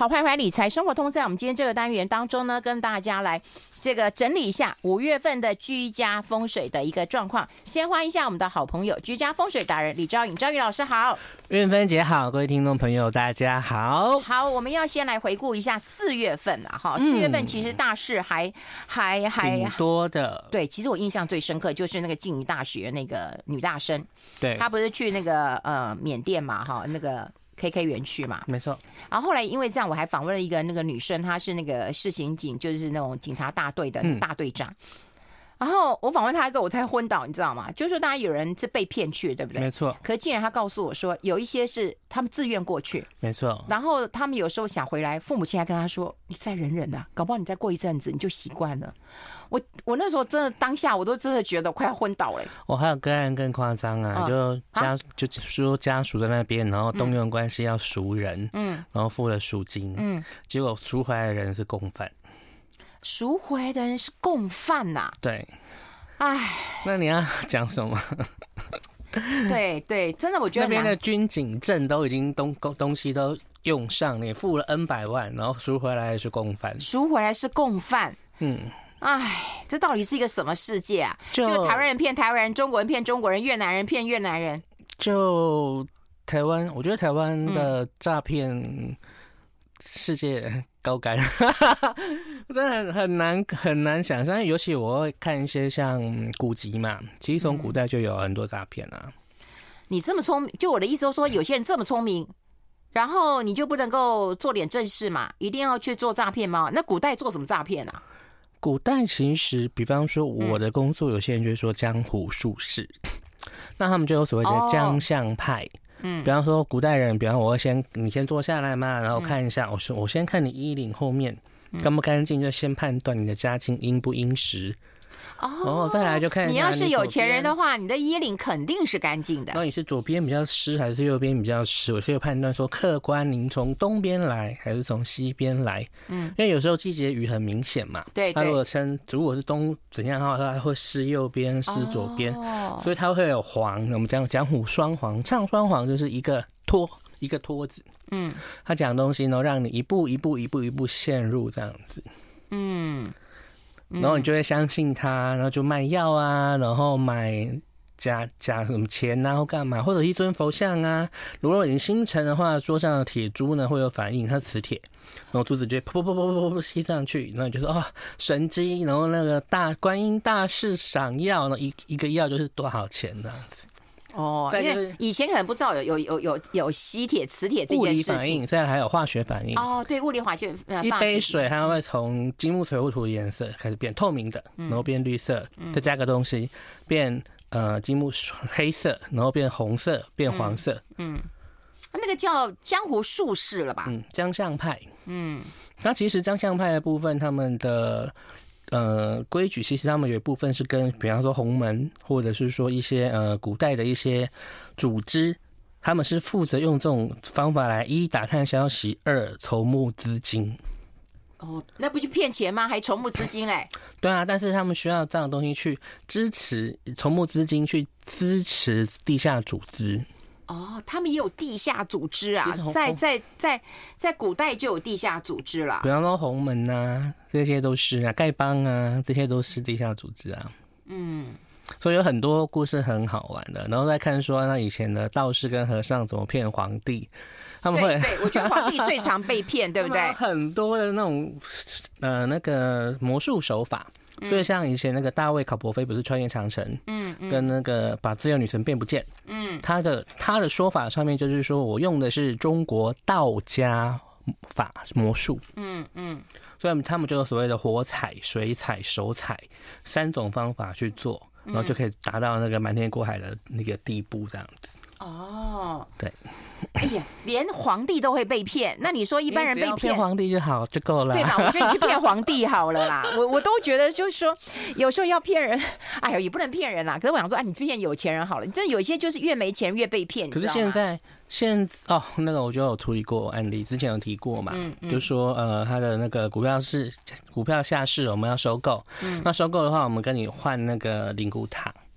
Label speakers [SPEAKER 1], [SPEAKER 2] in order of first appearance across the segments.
[SPEAKER 1] 好坏坏理财生活通，在我们今天这个单元当中呢，跟大家来这个整理一下5月份的居家风水的一个状况。先欢迎一下我们的好朋友居家风水达人李昭颖，昭颖老师好。
[SPEAKER 2] 韵芬姐好，各位听众朋友大家好。
[SPEAKER 1] 好，我们要先来回顾一下4月份啊，哈，4月份其实大事还
[SPEAKER 2] 挺多的。
[SPEAKER 1] 对，其实我印象最深刻就是那个静宜大学那个女大生，
[SPEAKER 2] 对，
[SPEAKER 1] 她不是去那个缅甸嘛，哈，那个 KK 园区嘛，
[SPEAKER 2] 没错。
[SPEAKER 1] 然后后来因为这样，我还访问了一个那个女生，她是那个市刑警，就是那种警察大队的大队长。然后我访问他之后，我才昏倒，你知道吗？就是说，当然有人是被骗去，对不对？
[SPEAKER 2] 没错。
[SPEAKER 1] 可是竟然他告诉我说，有一些是他们自愿过去，
[SPEAKER 2] 没错。
[SPEAKER 1] 然后他们有时候想回来，父母亲还跟他说：“你再忍忍啊，搞不好你再过一阵子你就习惯了。”我那时候真的当下我都真的觉得快要昏倒了。
[SPEAKER 2] 我还有个案更夸张啊，就说家属在那边，然后动用关系要赎人，然后付了赎金，结果赎回来的人是共犯。
[SPEAKER 1] 赎回来的人是共犯呐，
[SPEAKER 2] 对，
[SPEAKER 1] 哎，
[SPEAKER 2] 那你要讲什么？
[SPEAKER 1] 对对，真的我觉得
[SPEAKER 2] 那边的军警证都已经东西都用上，你付了 N 百万，然后赎回来是共犯，
[SPEAKER 1] 赎回来是共犯，哎，这到底是一个什么世界啊？就台湾人骗台湾人，中国人骗中国人，越南人骗越南人。就
[SPEAKER 2] 台湾，我觉得台湾的诈骗世界高干，真的很难想象。尤其我会看一些像古籍嘛，其实从古代就有很多诈骗啊。
[SPEAKER 1] 你这么聪明，就我的意思说，有些人这么聪明，然后你就不能够做点正事嘛，一定要去做诈骗吗？那古代做什么诈骗啊？
[SPEAKER 2] 古代其实，比方说我的工作，有些人就会说江湖术士，那他们就有所谓的将相派。比方说古代人，比方你先坐下来嘛，然后看一下，我先看你衣领后面干不干净，就先判断你的家境殷不殷实。哦，再来就看一下
[SPEAKER 1] 你要是有钱人的话，你的衣领肯定是干净的。
[SPEAKER 2] 然后你是左边比较湿还是右边比较湿，我可以判断说客观您从东边来还是从西边来。因为有时候季节雨很明显嘛，
[SPEAKER 1] 对，
[SPEAKER 2] 它如果是东怎样的话，它会湿右边湿左边，所以它会有黄。我们讲江湖双黄，唱双黄就是一个托子，他讲东西呢，让你一步一步陷入这样子，然后你就会相信他，然后就卖药啊，然后买假什么钱啊，或干嘛，或者一尊佛像啊。如果你心诚的话，桌上的铁珠呢会有反应，它是磁铁，然后珠子就会噗吸上去，然后你就说神机，然后那个观音大士赏药，然后一个药就是多少钱这样子。
[SPEAKER 1] 因为以前可能不知道有吸铁、磁铁这件事情。
[SPEAKER 2] 物理反应，再来还有化学反应。
[SPEAKER 1] 对，物理化学。
[SPEAKER 2] 一杯水它会从金木水火土的颜色开始变透明的，然后变绿色，再加个东西变金木黑色，然后变红色，变黄色。
[SPEAKER 1] 那个叫江湖术士了吧？
[SPEAKER 2] 将相派。那其实将相派的部分，他们的规矩其实他们有一部分是跟比方说洪门，或者是说一些古代的一些组织，他们是负责用这种方法来1打探消息，2筹募资金。
[SPEAKER 1] 那不就骗钱吗？还筹募资金嘞？
[SPEAKER 2] 对啊，但是他们需要这样的东西去支持筹募资金，去支持地下组织。
[SPEAKER 1] 他们也有地下组织啊，在古代就有地下组织了。
[SPEAKER 2] 比方说洪门啊，这些都是啊，丐帮啊，这些都是地下组织啊。所以有很多故事很好玩的。然后再看说，那以前的道士跟和尚怎么骗皇帝，他们会
[SPEAKER 1] 对，我觉得皇帝最常被骗，对不对？
[SPEAKER 2] 很多的那种那个魔术手法。所以像以前那个大卫考伯菲不是穿越长城，跟那个把自由女神变不见，他的说法上面就是说我用的是中国道家法魔术，所以他们就有所谓的火彩、水彩、手彩3种方法去做，然后就可以达到那个瞒天过海的那个地步这样子。对。
[SPEAKER 1] 哎呀，连皇帝都会被骗，那你说一般人被
[SPEAKER 2] 骗皇帝就好就够了，
[SPEAKER 1] 对吧？我觉得你去骗皇帝好了啦。我都觉得就是说，有时候要骗人，哎呀，也不能骗人啦。可是我想说，你骗有钱人好了。真的有一些就是越没钱越被骗，
[SPEAKER 2] 可是现在那个我就有处理过案例，之前有提过嘛，就说他的那个股票下市我们要收购，那收购的话我们跟你换那个灵骨塔。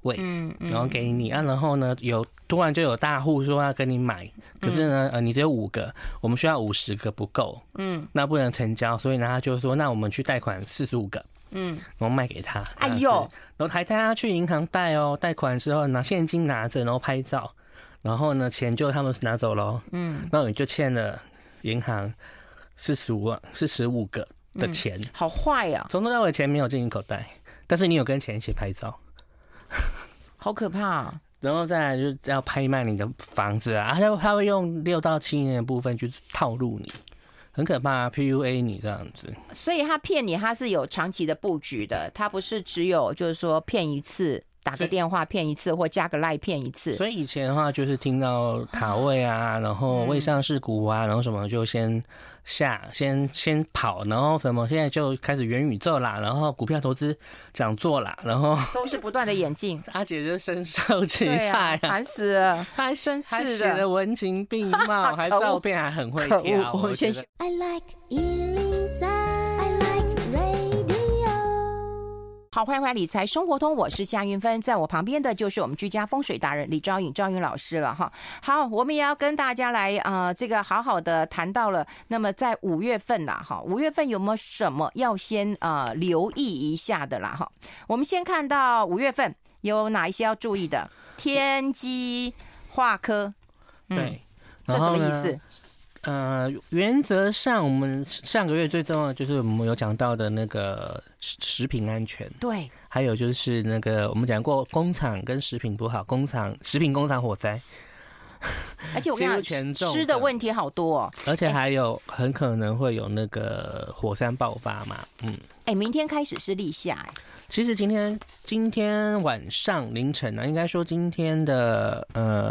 [SPEAKER 2] 位，然后给你啊，然后呢突然就有大户说要跟你买，可是呢你只有5个，我们需要50个不够，那不能成交，所以呢他就说那我们去贷款45个。然后卖给他，
[SPEAKER 1] 哎呦，
[SPEAKER 2] 然后还带他去银行贷哦，贷款之后拿现金拿着，然后拍照，然后呢钱就他们拿走了，然后你就欠了银行45个的钱，
[SPEAKER 1] 好坏呀！
[SPEAKER 2] 从头到尾钱没有进你口袋，但是你有跟钱一起拍照，
[SPEAKER 1] 好可怕啊！
[SPEAKER 2] 然后再来就是要拍卖你的房子啊，他会用6到7年的部分去套路你。很可怕，PUA 你这样子，
[SPEAKER 1] 所以他骗你，他是有长期的布局的，他不是只有就是说骗一次，打个电话骗一次，或加个赖骗一次。
[SPEAKER 2] 所以以前的话就是听到塔位啊，然后未上市股啊，然后什么就先跑，然后什么现在就开始元宇宙啦，然后股票投资讲座啦，然后
[SPEAKER 1] 都是不断的演进。
[SPEAKER 2] 阿姐就深受其害，
[SPEAKER 1] 烦死了，
[SPEAKER 2] 还写的文情并茂，还照片还很会挑。
[SPEAKER 1] 我先
[SPEAKER 3] I like 103, I like radio。
[SPEAKER 1] 好，欢迎回来理财生活通，我是夏云芬，在我旁边的就是我们居家风水达人李昭颖老师了哈。好，我们也要跟大家来这个好好的谈到了。那么在5月份啦，哈，5月份有没有什么要先留意一下的啦？哈，我们先看到5月份有哪一些要注意的？天机化科，
[SPEAKER 2] 对，
[SPEAKER 1] 这什么意思？
[SPEAKER 2] 原则上我们上个月最重要的就是我们有讲到的那个食品安全，
[SPEAKER 1] 对，
[SPEAKER 2] 还有就是那个我们讲过工厂跟食品不好，食品工厂火灾，
[SPEAKER 1] 而且我跟你讲，吃的问题好多哦，
[SPEAKER 2] 而且还有很可能会有那个火山爆发嘛，
[SPEAKER 1] 明天开始是立夏，
[SPEAKER 2] 其实今天晚上凌晨呢，应该说今天的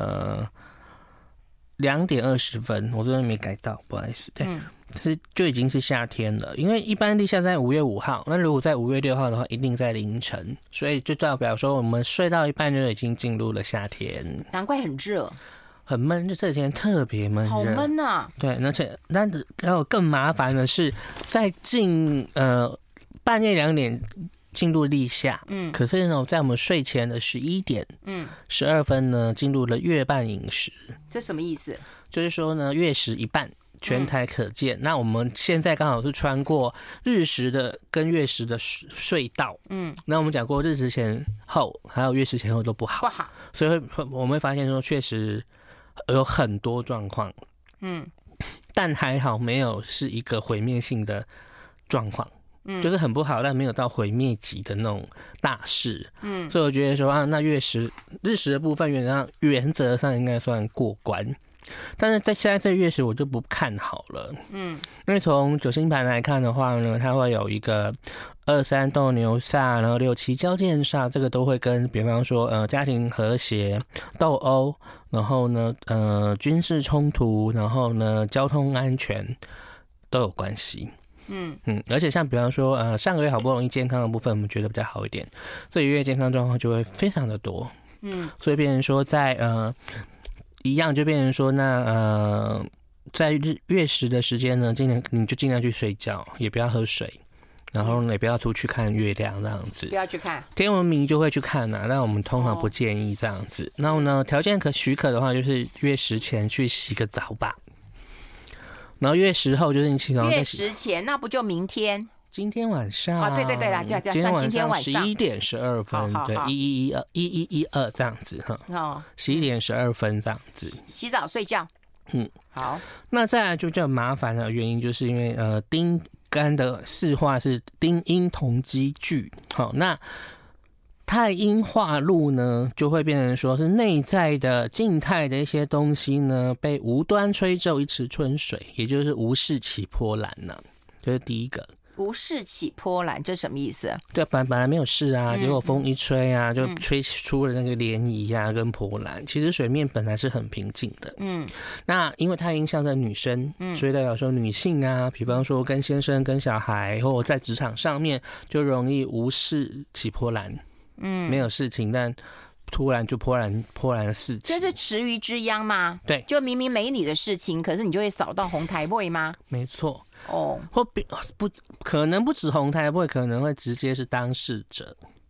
[SPEAKER 2] 2点20分，我这边没改到，不好意思。对，就已经是夏天了。因为一般立夏在5月5号，那如果在5月6号的话，一定在凌晨，所以就代表说我们睡到一半就已经进入了夏天。
[SPEAKER 1] 难怪很热，
[SPEAKER 2] 很闷，就这几天特别闷热，
[SPEAKER 1] 好闷啊！
[SPEAKER 2] 对，而且那还有更麻烦的是，在半夜2点。进入立夏，可是呢，在我们睡前的11点12分呢，进入了月半饮食。
[SPEAKER 1] 这什么意思？
[SPEAKER 2] 就是说呢，月食一半，全台可见。那我们现在刚好是穿过日食的跟月食的隧道。那我们讲过日食前后还有月食前后都不好，所以我们会发现说，确实有很多状况。但还好没有是一个毁灭性的状况。就是很不好，但没有到毁灭级的那种大事。所以我觉得说那日食的部分原则上应该算过关，但是在现在这月食我就不看好了。因为从九星盘来看的话呢，它会有一个2、3斗牛煞，然后6、7交剑煞，这个都会跟比方说家庭和谐、斗殴，然后呢军事冲突，然后呢交通安全都有关系。而且像比方说上个月好不容易健康的部分我们觉得比较好一点，这个月健康状况就会非常的多。所以变成说在一样就变成说那在月食的时间呢，你就尽量去睡觉，也不要喝水，然后也不要出去看月亮这样子，
[SPEAKER 1] 不要去看。
[SPEAKER 2] 天文迷就会去看啊，但我们通常不建议这样子。然后呢，条件许可的话，就是月食前去洗个澡吧。然后月食后就是你起床，
[SPEAKER 1] 月食前那不就明天？
[SPEAKER 2] 今天晚上
[SPEAKER 1] 对啦，这样今天晚上
[SPEAKER 2] 11点12分，对，1112这样子哈，11点12分这样子，
[SPEAKER 1] 洗澡睡觉。好。
[SPEAKER 2] 那再来就比较麻烦的原因，就是因为丁干的四化是丁阴同机聚，好，那太阴化禄呢，就会变成说是内在的静态的一些东西呢，被无端吹皱一池春水，也就是无事起波澜呢，这是第一个。
[SPEAKER 1] 无事起波澜，这什么意思？
[SPEAKER 2] 对，本来没有事啊，结果风一吹啊，就吹出了那个涟漪啊跟波澜。其实水面本来是很平静的。那因为太阴象征女生，所以代表说女性啊，比方说跟先生、跟小孩，或在职场上面，就容易无事起波澜。没有事情，但突然就波澜的事情，
[SPEAKER 1] 这是池鱼之殃吗？
[SPEAKER 2] 对，
[SPEAKER 1] 就明明没你的事情，可是你就会扫到红台位吗？
[SPEAKER 2] 没错。或不可能不止红台位，可能会直接是当事者。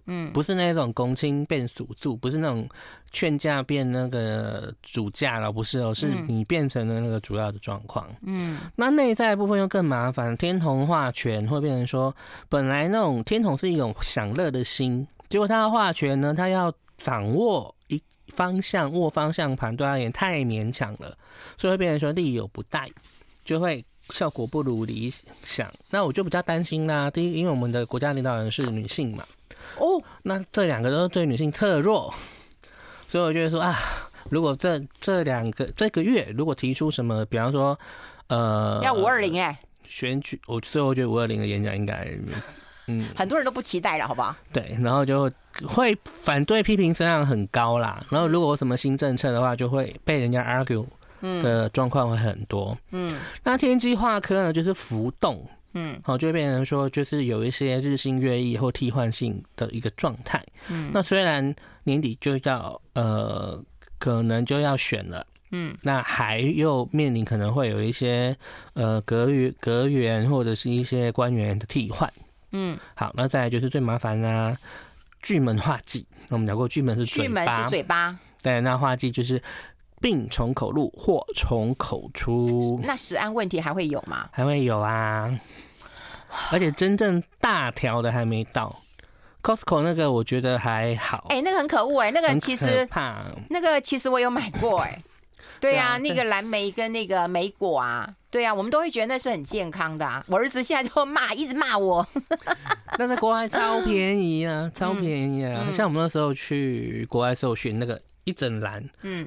[SPEAKER 2] 不是那种公卿变属住，不是那种劝架变那个主驾了，不是哦，是你变成了那个主要的状况。那内在的部分又更麻烦，天同化权会变成说，本来那种天同是一种享乐的心，结果他要化权呢，他要掌握一方向，握方向盘，对他而言太勉强了，所以会变成说力有不逮，就会效果不如理想。那我就比较担心啦，第一，因为我们的国家领导人是女性嘛。那这两个都对女性特弱，所以我觉得说啊，如果这个月如果提出什么，比方说
[SPEAKER 1] 要520
[SPEAKER 2] 选举，所以我觉得520的演讲应该
[SPEAKER 1] 很多人都不期待了，好不好？
[SPEAKER 2] 对，然后就会反对批评声浪很高啦。然后如果有什么新政策的话，就会被人家 argue 的状况会很多。那天机化科呢，就是浮动。好，就会变成说，就是有一些日新月异或替换性的一个状态。那虽然年底就要可能就要选了，那还又面临可能会有一些阁员或者是一些官员的替换。好，那再来就是最麻烦啊，巨门化忌。那我们讲过，巨门是嘴巴，
[SPEAKER 1] 巨门是嘴巴，
[SPEAKER 2] 对，那化忌就是病从口入，祸从口出。
[SPEAKER 1] 那食安问题还会有吗？
[SPEAKER 2] 还会有啊，而且真正大条的还没到。Costco 那个我觉得还好，
[SPEAKER 1] 那个很可恶那个其实
[SPEAKER 2] 怕，
[SPEAKER 1] 那个其实我有买过对啊，那个蓝莓跟那个莓果啊，对啊，我们都会觉得那是很健康的啊。我儿子现在就一直骂我。
[SPEAKER 2] 那在国外超便宜啊，超便宜啊！像我们那时候去国外受训，那个一整篮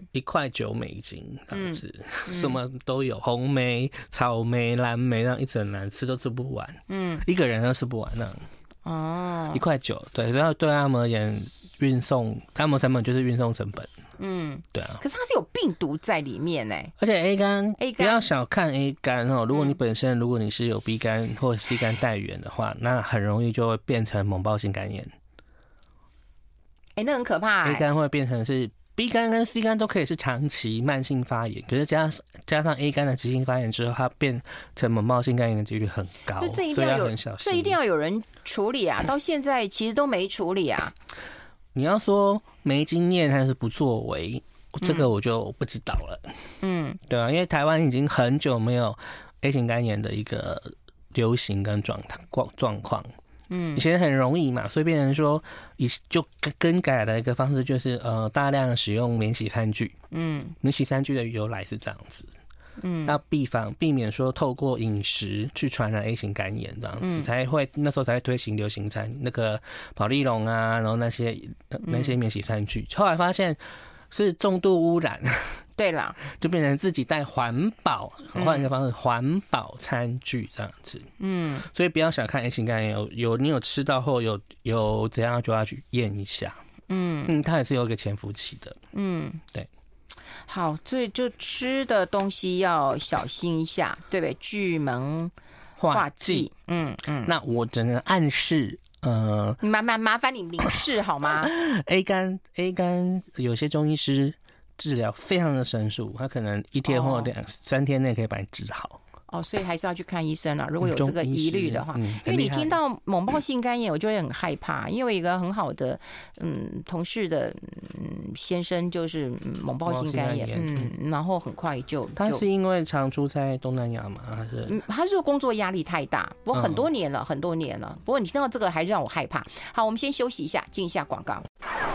[SPEAKER 2] ，$1.9这样子，什么都有，红莓、草莓、蓝莓，让一整篮吃都吃不完，一个人都吃不完那样。$1.9，对，所以对他们而言，运送他们成本就是运送成本。对啊。
[SPEAKER 1] 可是它是有病毒在里面
[SPEAKER 2] 而且 A 肝不要小看 A 肝哦。如果你本身如果你是有 B 肝或者 C 肝带源的话，那很容易就会变成猛暴性肝炎。
[SPEAKER 1] 那很可怕
[SPEAKER 2] A 肝会变成是 B 肝跟 C 肝都可以是长期慢性发炎，可是加上 A 肝的急性发炎之后，它变成猛暴性肝炎的几率很高，
[SPEAKER 1] 所以要很小心。这一定要有人处理啊！到现在其实都没处理啊。
[SPEAKER 2] 你要说没经验还是不作为，这个我就不知道了。对啊，因为台湾已经很久没有 A 型肝炎的一个流行跟状况。以前很容易嘛，所以变成说，就更改的一个方式就是大量使用免洗餐具。免洗餐具的由来是这样子。要避免说透过饮食去传染 A 型肝炎这样子，那时候才会推行流行餐，那个保丽龙啊，然后那些免洗餐具，后来发现是重度污染。
[SPEAKER 1] 对了，
[SPEAKER 2] 就变成自己带环保，换一个方式，环保餐具这样子。所以不要小看 A 型肝炎，你有吃到后有怎样就要去验一下。它也是有一个潜伏期的。对。
[SPEAKER 1] 好，所以就吃的东西要小心一下，对不对？巨门化忌。
[SPEAKER 2] 那我只能暗示。
[SPEAKER 1] 麻烦你明示好吗
[SPEAKER 2] ？A 肝有些中医师治疗非常的神速，他可能1天或3天内可以把你治好。
[SPEAKER 1] 所以还是要去看医生啊。如果有这个疑虑的话，因为你听到猛暴性肝炎，我就会很害怕。因为有一个很好的同事的先生就是猛暴性肝炎，然后很快就
[SPEAKER 2] 他是因为常出在东南亚吗？还是
[SPEAKER 1] 他是工作压力太大，不过很多年了。不过你听到这个还让我害怕。好，我们先休息一下，进一下广告。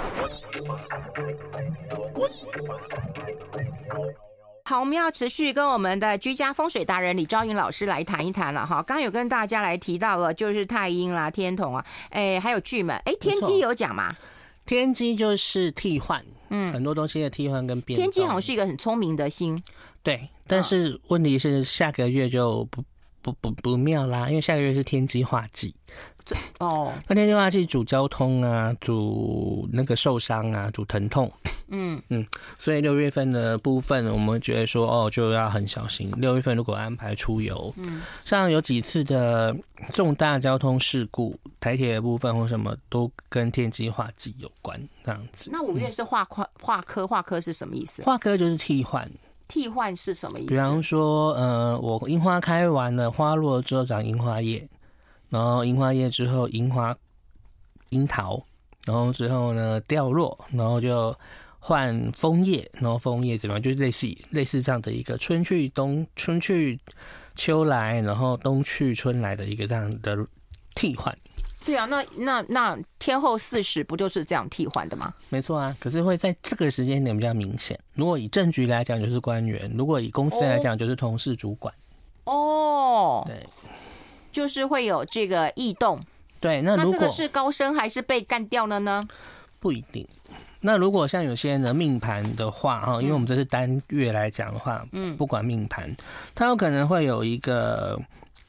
[SPEAKER 1] 好，我们要持续跟我们的居家风水达人李昭云老师来谈一谈了哈。刚刚有跟大家来提到了，就是太阴啦、天同啊，还有巨门。天机有讲吗？
[SPEAKER 2] 天机就是替换，很多东西的替换跟变动。
[SPEAKER 1] 天机好像是一个很聪明的星，
[SPEAKER 2] 对。但是问题是下个月就不妙啦，因为下个月是天机化忌。那天机化忌主交通啊，主那个受伤啊，主疼痛。所以6月份的部分，我们觉得说就要很小心。6月份如果安排出游，像有几次的重大交通事故，台铁的部分或什么都跟天机化忌有关，这样子。
[SPEAKER 1] 那5月是化科是什么意思？
[SPEAKER 2] 化科就是替换。
[SPEAKER 1] 替换是什么意思？
[SPEAKER 2] 比方说，我樱花开完了，花落了之后长樱花叶，然后樱花叶之后樱桃然后之后呢掉落，然后就换枫叶，然后枫叶怎么样，就是类似这样的一个春去秋来，然后冬去春来的一个这样的替换。
[SPEAKER 1] 对啊，那天后40不就是这样替换的吗？
[SPEAKER 2] 没错啊，可是会在这个时间点比较明显。如果以政局来讲，就是官员；如果以公司来讲，就是同事主管。
[SPEAKER 1] 哦，
[SPEAKER 2] 对，
[SPEAKER 1] 就是会有这个异动。
[SPEAKER 2] 对，那如果
[SPEAKER 1] 这个是高升还是被干掉了呢？
[SPEAKER 2] 不一定。那如果像有些人的命盘的话，因为我们这是单月来讲的话，不管命盘，它有可能会有一个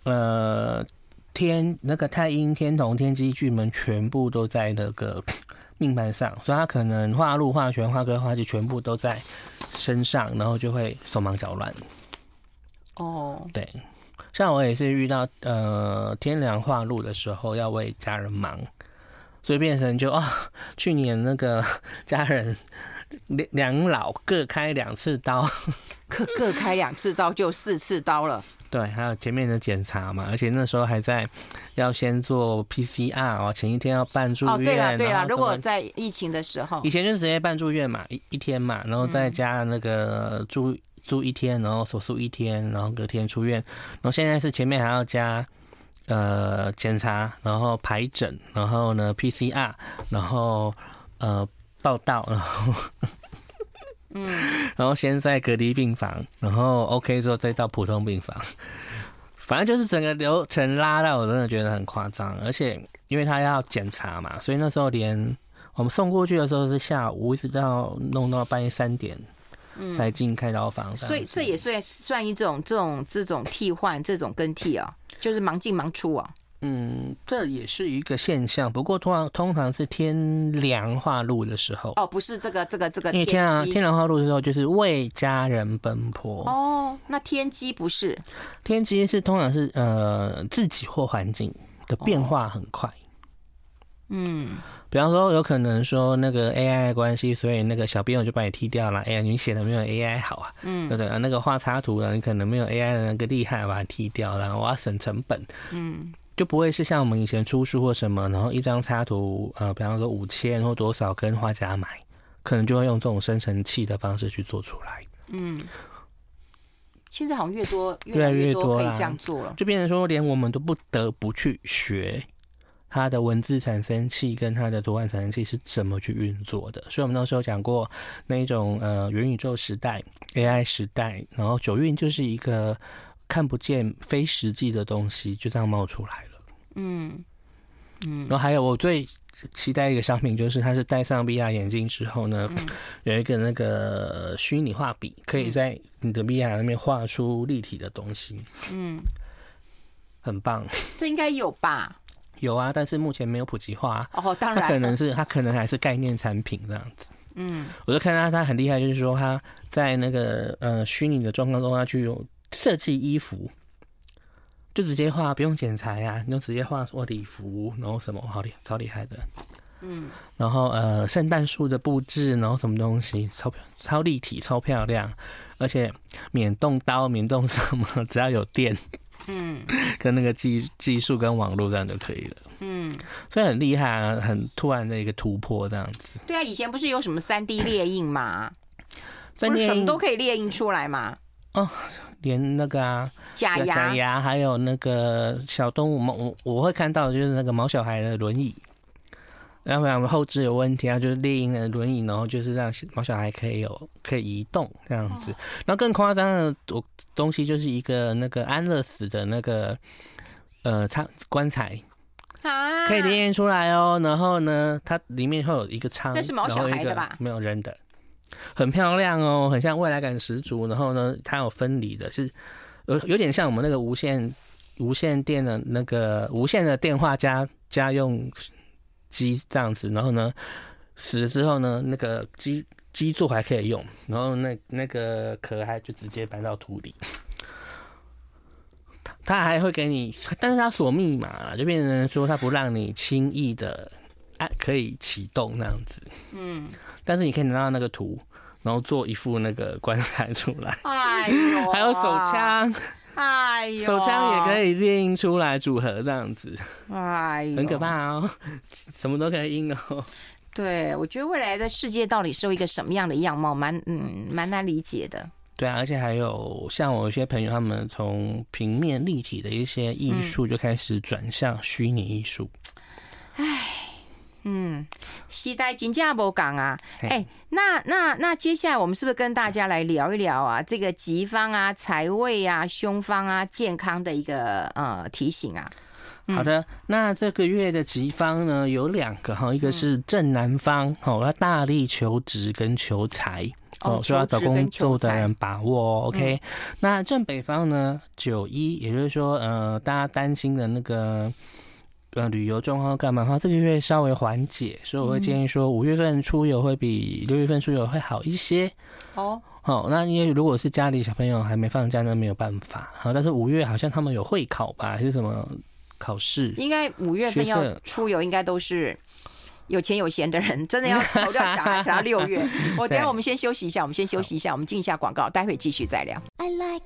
[SPEAKER 2] 那个太阴、天同、天机、巨门全部都在那个命盘上，所以他可能化禄、化权、化科、化忌全部都在身上，然后就会手忙脚乱。哦，对，像我也是遇到天梁化禄的时候，要为家人忙，所以变成就去年那个家人两老各开2次刀，
[SPEAKER 1] 各开2次刀就4次刀了。
[SPEAKER 2] 对，还有前面的检查嘛，而且那时候还在要先做 PCR 前一天要办住院。
[SPEAKER 1] 对啦，如果在疫情的时候，
[SPEAKER 2] 以前就直接办住院嘛，一天嘛，然后再加那个住1天，然后手术1天，然后隔天出院，然后现在是前面还要加检查，然后排诊，然后呢 PCR， 然后报到，然后然后先在隔离病房，然后 OK 之后再到普通病房，反正就是整个流程拉到我真的觉得很夸张，而且因为他要检查嘛，所以那时候连我们送过去的时候是下午，一直到弄到半夜3点才进开刀房，
[SPEAKER 1] 所以这也算一种这种替换，这种更替啊，就是忙进忙出啊。
[SPEAKER 2] 这也是一个现象，不过通常是天梁化禄的时候。
[SPEAKER 1] 不是这个
[SPEAKER 2] 因为天梁化禄的时候就是为家人奔波。
[SPEAKER 1] 那天机不是？
[SPEAKER 2] 天机是通常是自己或环境的变化很快。比方说有可能说那个 AI 的关系，所以那个小编我就把你踢掉了。你写的没有 AI 好啊，对不对？那个画插图你可能没有 AI 的那个厉害，把它踢掉，然后我要省成本。就不会是像我们以前出书或什么，然后一张插图，比方说5000或多少跟画家买，可能就会用这种生成器的方式去做出来。
[SPEAKER 1] 现在好像越来越多可以这样做了，
[SPEAKER 2] 就变成说连我们都不得不去学它的文字产生器跟它的图案产生器是怎么去运作的。所以我们那时候讲过那一种元宇宙时代、AI 时代，然后九运就是一个看不见、非实际的东西，就这样冒出来了。然后还有我最期待一个商品，就是它是戴上 VR 眼镜之后呢，有一个那个虚拟画笔，可以在你的 VR 那边画出立体的东西。很棒。
[SPEAKER 1] 这应该有吧？
[SPEAKER 2] 有啊，但是目前没有普及化。
[SPEAKER 1] 当然，
[SPEAKER 2] 它可能还是概念产品这样子。我就看到他很厉害，就是说他在那个虚拟的状况中，他去设计衣服。就直接画，不用剪裁啊，你就直接画我礼服，然后什么超厉害的，然后圣诞树的布置，然后什么东西超立体、超漂亮，而且免动刀、免动什么，只要有电，跟那个技术跟网络这样就可以了，所以很厉害啊，很突然的一个突破这样子。
[SPEAKER 1] 对啊，以前不是有什么3D 列印嘛，不是什么都可以列印出来嘛？
[SPEAKER 2] 连那个
[SPEAKER 1] 假
[SPEAKER 2] 牙，还有那个小动物，我会看到就是那个毛小孩的轮椅，然后我们后置有问题啊，就是猎鹰的轮椅，然后就是让毛小孩可以移动这样子。然后更夸张的东西就是一个那个安乐死的那个棺材。可以列印出来哦，然后呢，它里面会有一个仓，
[SPEAKER 1] 那是毛小孩的吧？
[SPEAKER 2] 没有人的。很漂亮哦，很像未来感十足。然后呢，它有分离的，是有点像我们那个无线电的那个无线的电话家用机这样子。然后呢，死了之后呢，那个基座还可以用，然后那个壳还就直接搬到土里。他还会给你，但是他锁密码，就变成说他不让你轻易的可以启动那样子。但是你可以拿到那个图，然后做一副那个棺材出来。哎呦，还有手枪。
[SPEAKER 1] 哎呦，
[SPEAKER 2] 手枪也可以列印出来组合这样子，
[SPEAKER 1] 哎呦，
[SPEAKER 2] 很可怕哦，什么都可以印哦。
[SPEAKER 1] 对，我觉得未来的世界到底是一个什么样的样貌，蛮难理解的。
[SPEAKER 2] 对啊，而且还有像我一些朋友，他们从平面立体的一些艺术就开始转向虚拟艺术。
[SPEAKER 1] 时代真正不同啊！那接下来我们是不是跟大家来聊一聊啊？这个吉方啊、财位啊、凶方啊、健康的一个提醒啊？
[SPEAKER 2] 好的，那这个月的吉方呢有2个哈，一个是正南方，要大力求职跟求财。所以要找工作的人把握哦。OK，那正北方呢，91，也就是说，大家担心的那个旅游状况干嘛的话，这个月稍微缓解，所以我会建议说，5月份出游会比6月份出游会好一些。好，那因为如果是家里小朋友还没放假，那没有办法。好，但是5月好像他们有会考吧，还是什么考试？应该
[SPEAKER 1] 5月份要出游，应该都是有钱有闲的人，真的要投掉小孩，可能6月。等一下我们先休息一下，我们进一下广告，待会继续再聊。
[SPEAKER 3] I like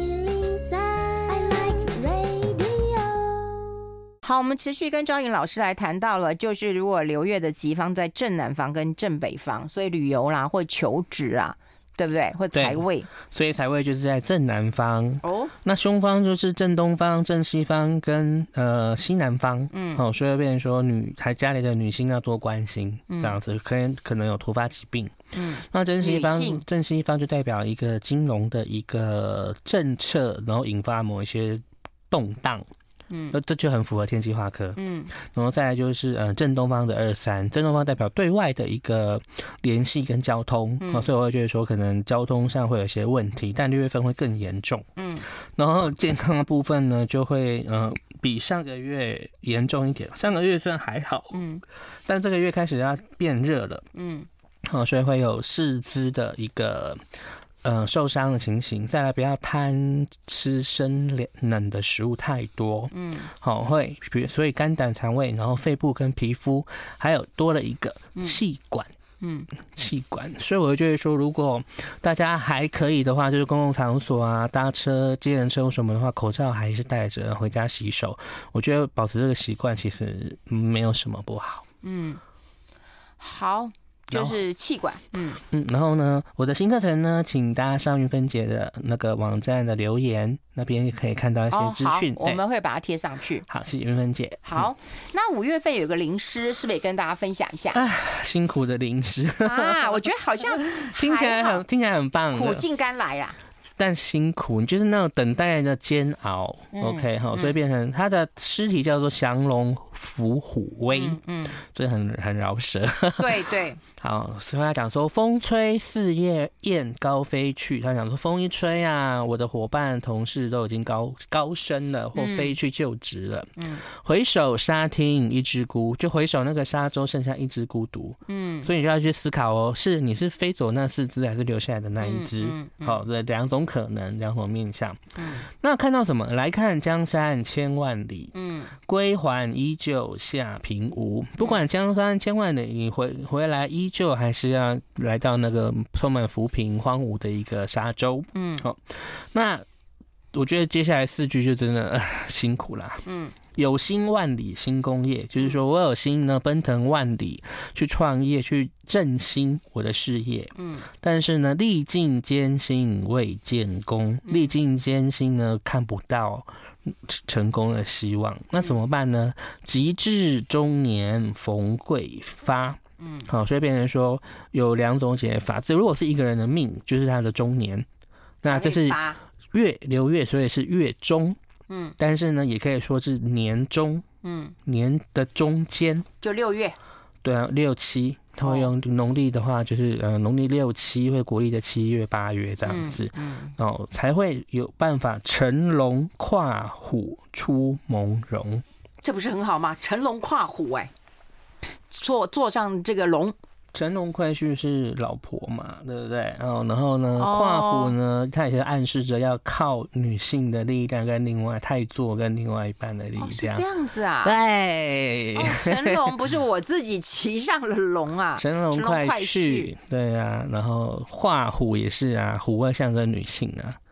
[SPEAKER 3] 103, I like radio。
[SPEAKER 1] 好，我们持续跟昭颖老师来谈到了，就是如果流月的吉方在正南方跟正北方，所以旅游啦或求职啊，对不对？或财位，所
[SPEAKER 2] 以财位就是在正南方哦。那凶方就是正东方、正西方跟西南方。所以变成说家里的女性要多关心，这样子可能有突发疾病。那正西方就代表一个金融的一个政策，然后引发某一些动荡。这就很符合天气化科。然后再来就是正东方的23，正东方代表对外的一个联系跟交通。所以我会觉得说可能交通上会有些问题，但6月份会更严重。然后健康的部分呢，就会比上个月严重一点。上个月虽然还好，但这个月开始要变热了。所以会有四肢的一个受伤的情形。再来，不要贪吃生冷的食物太多。会所以肝胆肠胃，然后肺部跟皮肤，还有多了一个气管。气管。所以我就会说，如果大家还可以的话，就是公共场所啊、搭车、接人车什么的话，口罩还是戴着，回家洗手。我觉得保持这个习惯其实没有什么不好。
[SPEAKER 1] 好。就是气管。
[SPEAKER 2] 然后呢，我的新课程呢，请大家上云芬姐的那个网站的留言，那边可以看到一些资讯。
[SPEAKER 1] 我们会把它贴上去。
[SPEAKER 2] 好，谢谢云芬姐。
[SPEAKER 1] 好，那5月份有个灵师，是不是也跟大家分享一下？
[SPEAKER 2] 辛苦的灵师
[SPEAKER 1] 啊，我觉得好像
[SPEAKER 2] 听起来很棒，
[SPEAKER 1] 苦尽甘来啦。
[SPEAKER 2] 但辛苦，你就是那种等待的煎熬。OK， 好，所以变成他的尸体叫做降龙伏虎威。所以很饶舌。
[SPEAKER 1] 对。
[SPEAKER 2] 好，所以他讲说风吹四叶雁高飞去，他讲说风一吹啊，我的伙伴同事都已经高升了或飞去就职了。回首沙汀一只孤，就回首那个沙洲剩下一只孤独。所以你就要去思考哦，你是飞走那4只还是留下来的那一只？好，这2种可能，2种面向。那看到什么？来看江山千万里，归还依旧下平无。不管江山千万里，你回来依旧还是要来到那个充满浮萍荒芜的一个沙洲。好，那我觉得接下来4句就真的辛苦啦。有心万里新工业，就是说我有心呢奔腾万里去创业，去振兴我的事业。但是呢历尽艰辛未见功，历尽艰辛呢看不到成功的希望，那怎么办呢？及至中年逢贵发。好，所以变成说有2种解法。这如果是一个人的命，就是他的中年，那这是流月，所以是月中。但是呢，也可以说是年中。年的中间，
[SPEAKER 1] 就6月。
[SPEAKER 2] 对啊，6、7，他会用农历的话，就是农历6、7，会国历的7月、8月这样子。然后才会有办法乘龙跨虎出蒙茸。
[SPEAKER 1] 这不是很好吗？乘龙跨虎，坐上这个龙。
[SPEAKER 2] 乘龙快婿是老婆嘛，对不对？然后呢，跨虎呢，它也是暗示着要靠女性的力量跟太座跟另外一半的力量。
[SPEAKER 1] 是这样子啊？
[SPEAKER 2] 对。
[SPEAKER 1] 乘龙不是我自己骑上了龙啊，
[SPEAKER 2] 乘龙快婿，对啊。然后跨虎也是啊，虎会象征女性啊。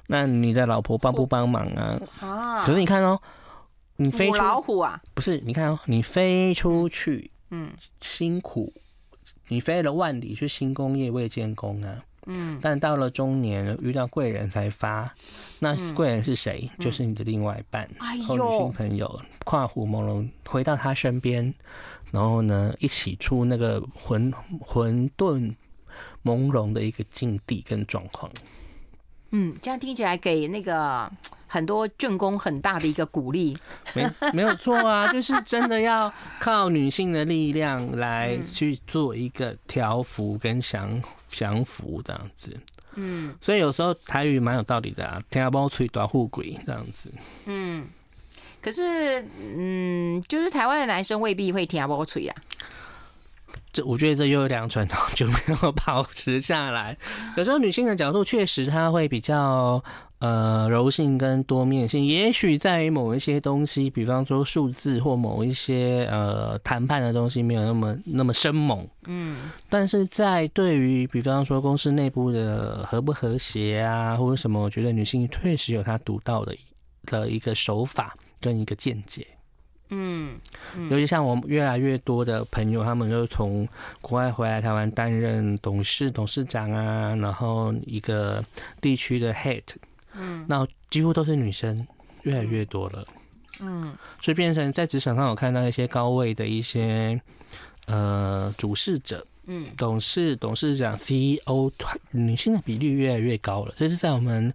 [SPEAKER 2] 那你的老婆帮不帮忙啊？
[SPEAKER 1] 啊，
[SPEAKER 2] 可是你看哦，你飞
[SPEAKER 1] 母
[SPEAKER 2] 出
[SPEAKER 1] 老虎啊，
[SPEAKER 2] 不是？你看哦，你飞出去，辛苦，你飞了万里去新工业未见功啊。但到了中年遇到贵人才发，那贵人是谁？就是你的另外一半或女性朋友，跨虎朦胧回到他身边，然后呢一起出那个混沌朦胧的一个境地跟状况。
[SPEAKER 1] 这样听起来给那个很多眷工很大的一个鼓励。
[SPEAKER 2] 没有错啊，就是真的要靠女性的力量来去做一个调服跟降服这样子。所以有时候台语蛮有道理的啊，听包吹大富贵这样子。
[SPEAKER 1] 可是就是台湾的男生未必会听包吹啊。
[SPEAKER 2] 我觉得这优良传统就没有保持下来。有时候女性的角度确实她会比较柔性跟多面性，也许在于某一些东西，比方说数字或某一些谈判的东西没有那么生猛。但是在对于比方说公司内部的和不和谐啊或者什么，我觉得女性确实有她独到的一个手法跟一个见解。尤其像我们越来越多的朋友，他们就从国外回来台湾担任董事长啊，然后一个地区的 head，那几乎都是女生，越来越多了。所以变成在职场上有看到一些高位的一些主事者，董事长 CEO 女性的比例越来越高了，这是在我们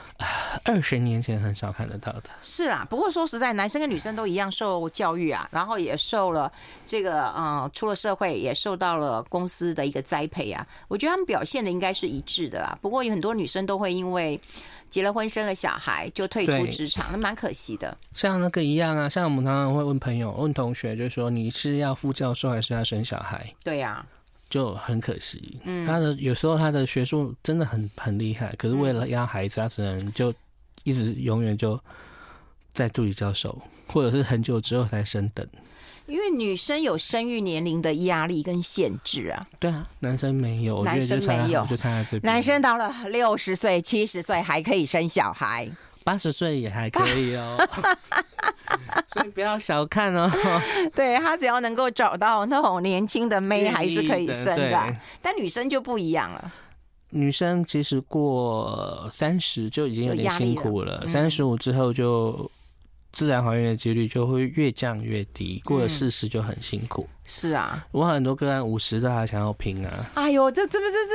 [SPEAKER 2] 20年前很少看得到的。
[SPEAKER 1] 是啊，不过说实在，男生跟女生都一样受教育啊，然后也受了这个出了社会也受到了公司的一个栽培啊。我觉得他们表现的应该是一致的啊。不过有很多女生都会因为结了婚生了小孩就退出职场，那蛮可惜的。像
[SPEAKER 2] 那个一样啊，像我们常常会问朋友、问同学，就是说你是要副教授还是要生小孩？对啊。就很可惜，有时候他的学术真的很厉害，可是为了要孩子，他只能就一直永远就在助理教授，或者是很久之后才升等。因为女生有生育年龄的压力跟限制啊。对啊，男生没有，男生没有，就差在这边。男生到了60岁、70岁还可以生小孩，80岁也还可以哦。所以不要小看哦。对，他只要能够找到那种年轻的妹还是可以生的，但女生就不一样了。女生其实过30就已经有点辛苦了，35之后就自然怀孕的几率就会越降越低，过了40就很辛苦。是啊，我很多个案50都还想要拼啊。哎呦，这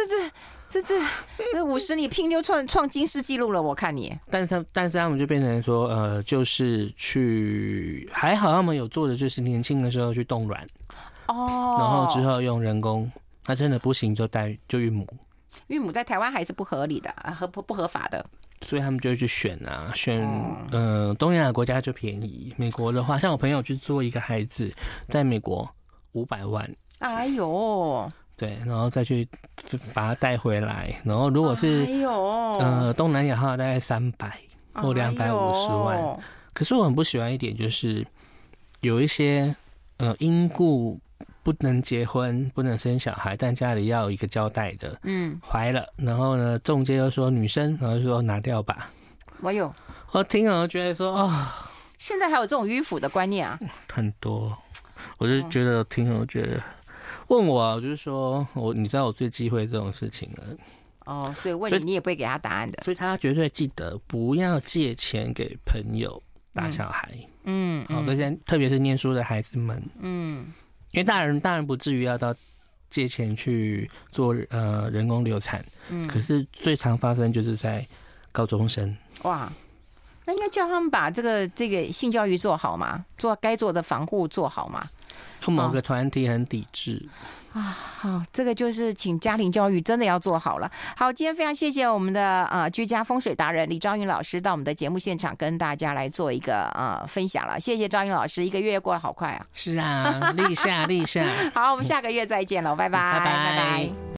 [SPEAKER 2] 50你拼就创金氏纪录了，我看你。但是他们就变成说，就是去还好他们有做的就是年轻的时候去冻卵，然后之后用人工，那真的不行就孕母。孕母在台湾还是不合理的，不合法的。所以他们就会去选东南亚国家就便宜。美国的话，像我朋友去做一个孩子，在美国500万。哎呦。对，然后再去把他带回来，然后如果是东南亚的话，大概300或250万。可是我很不喜欢一点，就是有一些因故不能结婚、不能生小孩，但家里要有一个交代的，怀了，然后呢，中介又说女生，然后就说拿掉吧。我听了觉得说现在还有这种迂腐的观念啊，很多，我就觉得听了觉得。问我就是说你知道我最忌讳这种事情了所以问你也不会给他答案的，所以他绝对记得不要借钱给朋友打小孩。这些特别是念书的孩子们，因为大人不至于要到借钱去做人工流产，可是最常发生就是在高中生。哇，那应该叫他们把这个性教育做好嘛，做该做的防护做好嘛。某个团体很抵制好，这个就是请家庭教育真的要做好了。好，今天非常谢谢我们的居家风水达人李昭云老师到我们的节目现场跟大家来做一个分享了。谢谢昭云老师，一个月过得好快啊。是啊，立夏。好，我们下个月再见了，拜拜。